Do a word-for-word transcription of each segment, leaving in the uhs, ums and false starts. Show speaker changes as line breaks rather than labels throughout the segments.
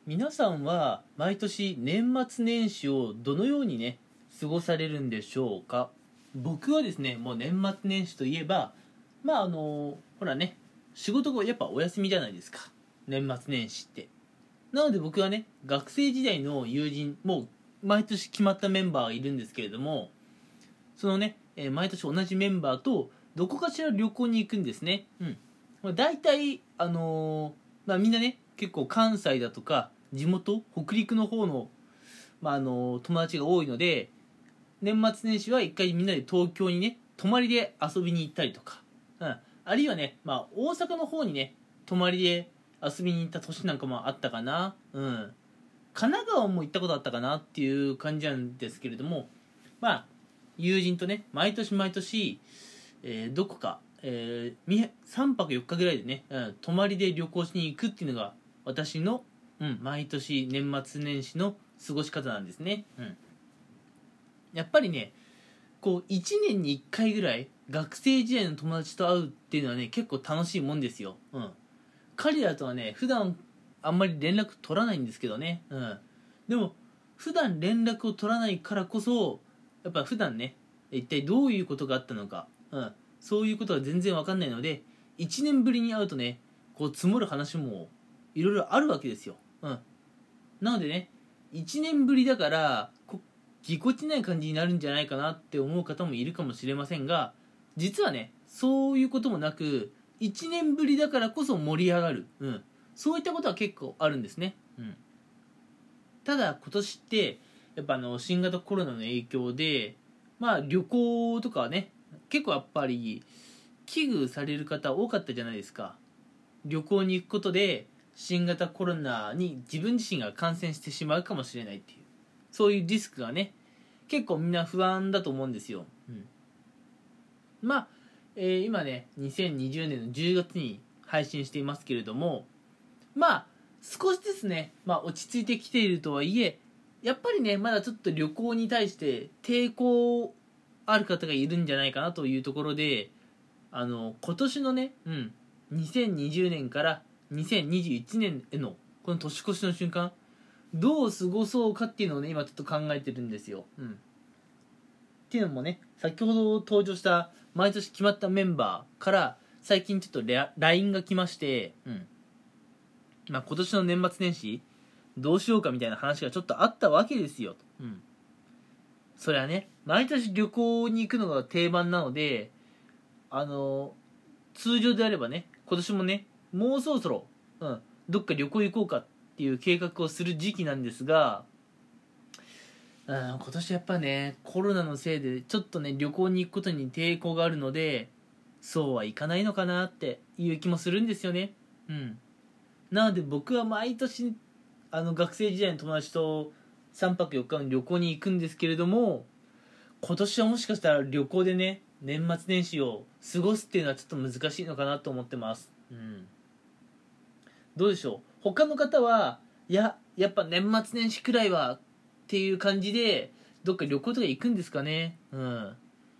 皆さんは毎年年末年始をどのようにね過ごされるんでしょうか。僕はですね、もう年末年始といえばまああのほらね、仕事がやっぱお休みじゃないですか、年末年始って。なので僕はね、学生時代の友人、もう毎年決まったメンバーがいるんですけれども、そのね、えー毎年同じメンバーとどこかしら旅行に行くんですね。うん。まあ、大体あのーまあみんなね、結構関西だとか地元北陸の方の、まああの友達が多いので、年末年始は一回みんなで東京にね泊まりで遊びに行ったりとか、うん、あるいはね、まあ、大阪の方にね泊まりで遊びに行った年なんかもあったかな。うん、神奈川も行ったことあったかなっていう感じなんですけれども、まあ友人とね毎年毎年、えーどこか、えー、さんぱくよっかぐらいでね、うん、泊まりで旅行しに行くっていうのが私の、うん、毎年年末年始の過ごし方なんですね。うん、やっぱりね、こういちねんにいっかいぐらい学生時代の友達と会うっていうのはね結構楽しいもんですよ。うん、彼らとはね普段あんまり連絡取らないんですけどね。うん、でも普段連絡を取らないからこそ、やっぱ普段ね一体どういうことがあったのか、うん、そういうことが全然わかんないので、いちねんぶりに会うとねこう積もる話もいろいろあるわけですよ。うん、なのでね、いちねんぶりだからこぎこちない感じになるんじゃないかなって思う方もいるかもしれませんが、実はねそういうこともなく、いちねんぶりだからこそ盛り上がる、うん、そういったことは結構あるんですね。うん、ただ今年ってやっぱあの新型コロナの影響で、まあ旅行とかはね結構やっぱり危惧される方多かったじゃないですか。旅行に行くことで新型コロナに自分自身が感染してしまうかもしれないっていう、そういうリスクがね結構みんな不安だと思うんですよ。うん、まあ、えー今ねにせんにじゅうねんのじゅうがつに配信していますけれども、まあ少しずつね、まあ、落ち着いてきているとはいえ、やっぱりねまだちょっと旅行に対して抵抗ある方がいるんじゃないかなというところで、あの今年のね、うん、にせんにじゅうねんからにせんにじゅういちねんへのこの年越しの瞬間、どう過ごそうかっていうのをね今ちょっと考えてるんですよ。うん、っていうのもね、先ほど登場した毎年決まったメンバーから最近ちょっとレ ライン が来まして、うんまあ、今年の年末年始どうしようかみたいな話がちょっとあったわけですよ。うん、それはね毎年旅行に行くのが定番なので、あの通常であればね今年もねもうそろそろ、うん、どっか旅行行こうかっていう計画をする時期なんですが、うん、今年やっぱねコロナのせいでちょっとね旅行に行くことに抵抗があるので、そうはいかないのかなっていう気もするんですよね。うん、なので僕は毎年あの学生時代の友達とさんぱくよっかの旅行に行くんですけれども、今年はもしかしたら旅行でね年末年始を過ごすっていうのはちょっと難しいのかなと思ってます。うん、どうでしょう、他の方はいややっぱ年末年始くらいはっていう感じでどっか旅行とか行くんですかね。うん、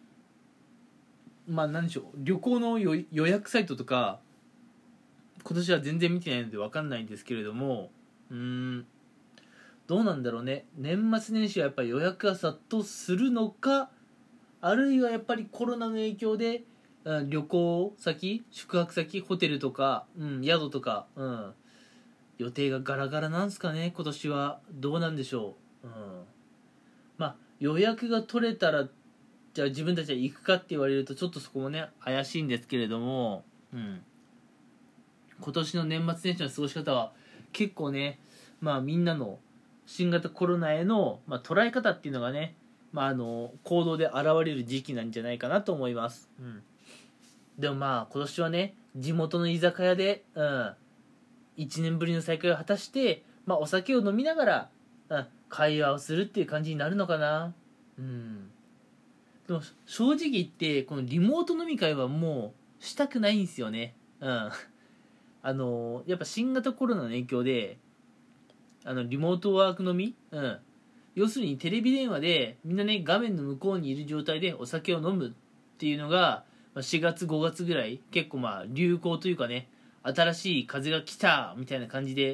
まあ何でしょう、旅行の予予約サイトとか今年は全然見てないので分かんないんですけれども、うーんどうなんだろうね。年末年始はやっぱり予約が殺到するのか、あるいはやっぱりコロナの影響で、うん、旅行先宿泊先ホテルとか、うん、宿とか、うん、予定がガラガラなんすかね今年は。どうなんでしょう。うん、まあ予約が取れたらじゃあ自分たちは行くかって言われるとちょっとそこもね怪しいんですけれども、うん、今年の年末年始の過ごし方は結構ね、まあみんなの新型コロナへの、まあ、捉え方っていうのがね、まあ、あの行動で現れる時期なんじゃないかなと思います。うん、でもまあ今年はね地元の居酒屋で、うん、いちねんぶりの再会を果たして、まあ、お酒を飲みながら、うん、会話をするっていう感じになるのかな。うん、でも正直言ってこのリモート飲み会はもうしたくないんですよね。うん、あのやっぱ新型コロナの影響であのリモートワーク飲み、うん、要するにテレビ電話でみんなね画面の向こうにいる状態でお酒を飲むっていうのがしがつごがつぐらい結構まあ流行というかね、新しい風が来たみたいな感じで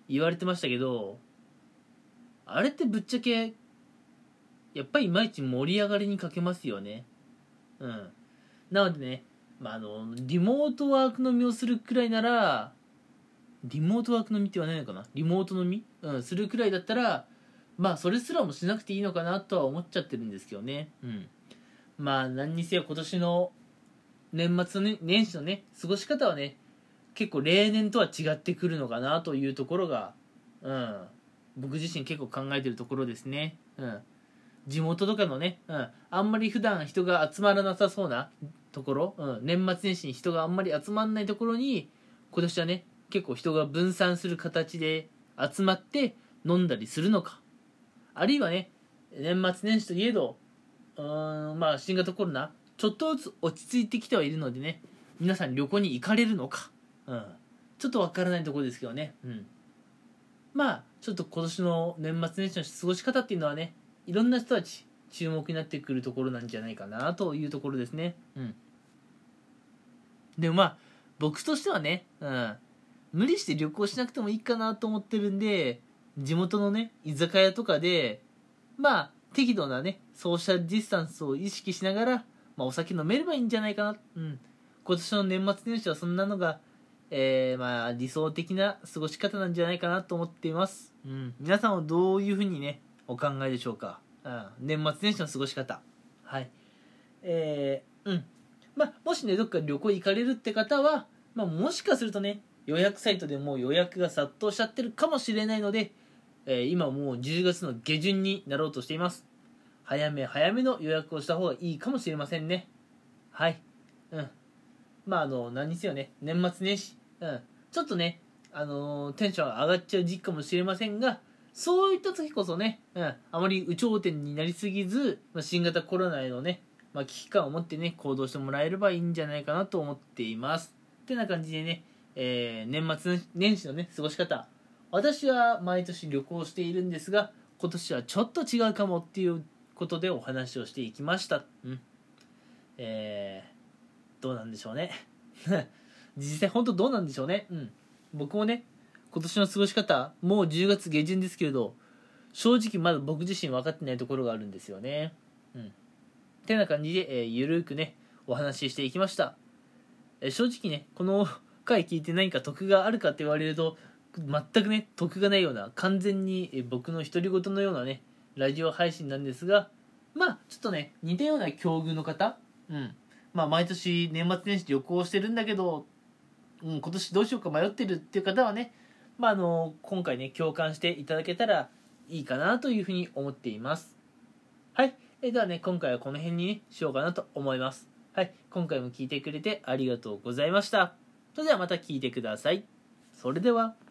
言われてましたけど、あれってぶっちゃけやっぱりいまいち盛り上がりに欠けますよね。うんなのでね、まあ、あのリモートワーク飲みをするくらいなら、リモートワーク飲みって言わないのかな、リモート飲み、うん、するくらいだったら、まあそれすらもしなくていいのかなとは思っちゃってるんですけどね。うんまあ何にせよ今年の年末の、ね、年始のね過ごし方はね、結構例年とは違ってくるのかなというところが、うん、僕自身結構考えてるところですね。うん地元とかのね、うん、あんまり普段人が集まらなさそうなところ、うん、年末年始に人があんまり集まらないところに今年はね結構人が分散する形で集まって飲んだりするのか、あるいはね年末年始といえどうーんまあ新型コロナちょっとずつ落ち着いてきてはいるのでね、皆さん旅行に行かれるのか、うん、ちょっとわからないところですけどね、うん、まあちょっと今年の年末年始の過ごし方っていうのはね、いろんな人たち注目になってくるところなんじゃないかなというところですね。うん。でもまあ僕としてはね、うん、無理して旅行しなくてもいいかなと思ってるんで、地元のね居酒屋とかでまあ適度なねソーシャルディスタンスを意識しながら、まあ、お酒飲めればいいんじゃないかな。うん。今年の年末年始はそんなのが、えー、まあ理想的な過ごし方なんじゃないかなと思っています。うん。皆さんはどういうふうにねお考えでしょうか。うん、年末年始の過ごし方。はい。えー、うん。まあ、もしね、どっか旅行行かれるって方は、まあ、もしかするとね、予約サイトでもう予約が殺到しちゃってるかもしれないので、えー、今もうじゅうがつの下旬になろうとしています。早め早めの予約をした方がいいかもしれませんね。はい。うん。まあ、あの、何にせよね、年末年始、うん。ちょっとね、あのーテンション上がっちゃう時期かもしれませんが、そういった時こそね、うん、あまり有頂天になりすぎず、まあ、新型コロナへのね、まあ、危機感を持ってね、行動してもらえればいいんじゃないかなと思っています。ってな感じでね、えー、年末年始のね、過ごし方。私は毎年旅行しているんですが、今年はちょっと違うかもっていうことでお話をしていきました。うん。えー、どうなんでしょうね。実際本当どうなんでしょうね。うん。僕もね、今年の過ごし方もうじゅうがつ下旬ですけれど、正直まだ僕自身分かってないところがあるんですよね。うんてな感じで、えー、ゆるくねお話ししていきました。えー、正直ねこの回聞いて何か得があるかって言われると全くね得がないような、完全に、えー、僕の独り言のようなねラジオ配信なんですが、まあちょっとね似たような境遇の方、うんまあ毎年年末年始旅行してるんだけど、うん、今年どうしようか迷ってるっていう方はね、まあ、あの今回ね共感していただけたらいいかなというふうに思っています。はい、えではね今回はこの辺に、ね、しようかなと思います。はい、今回も聞いてくれてありがとうございました。それではまた聞いてください。それでは。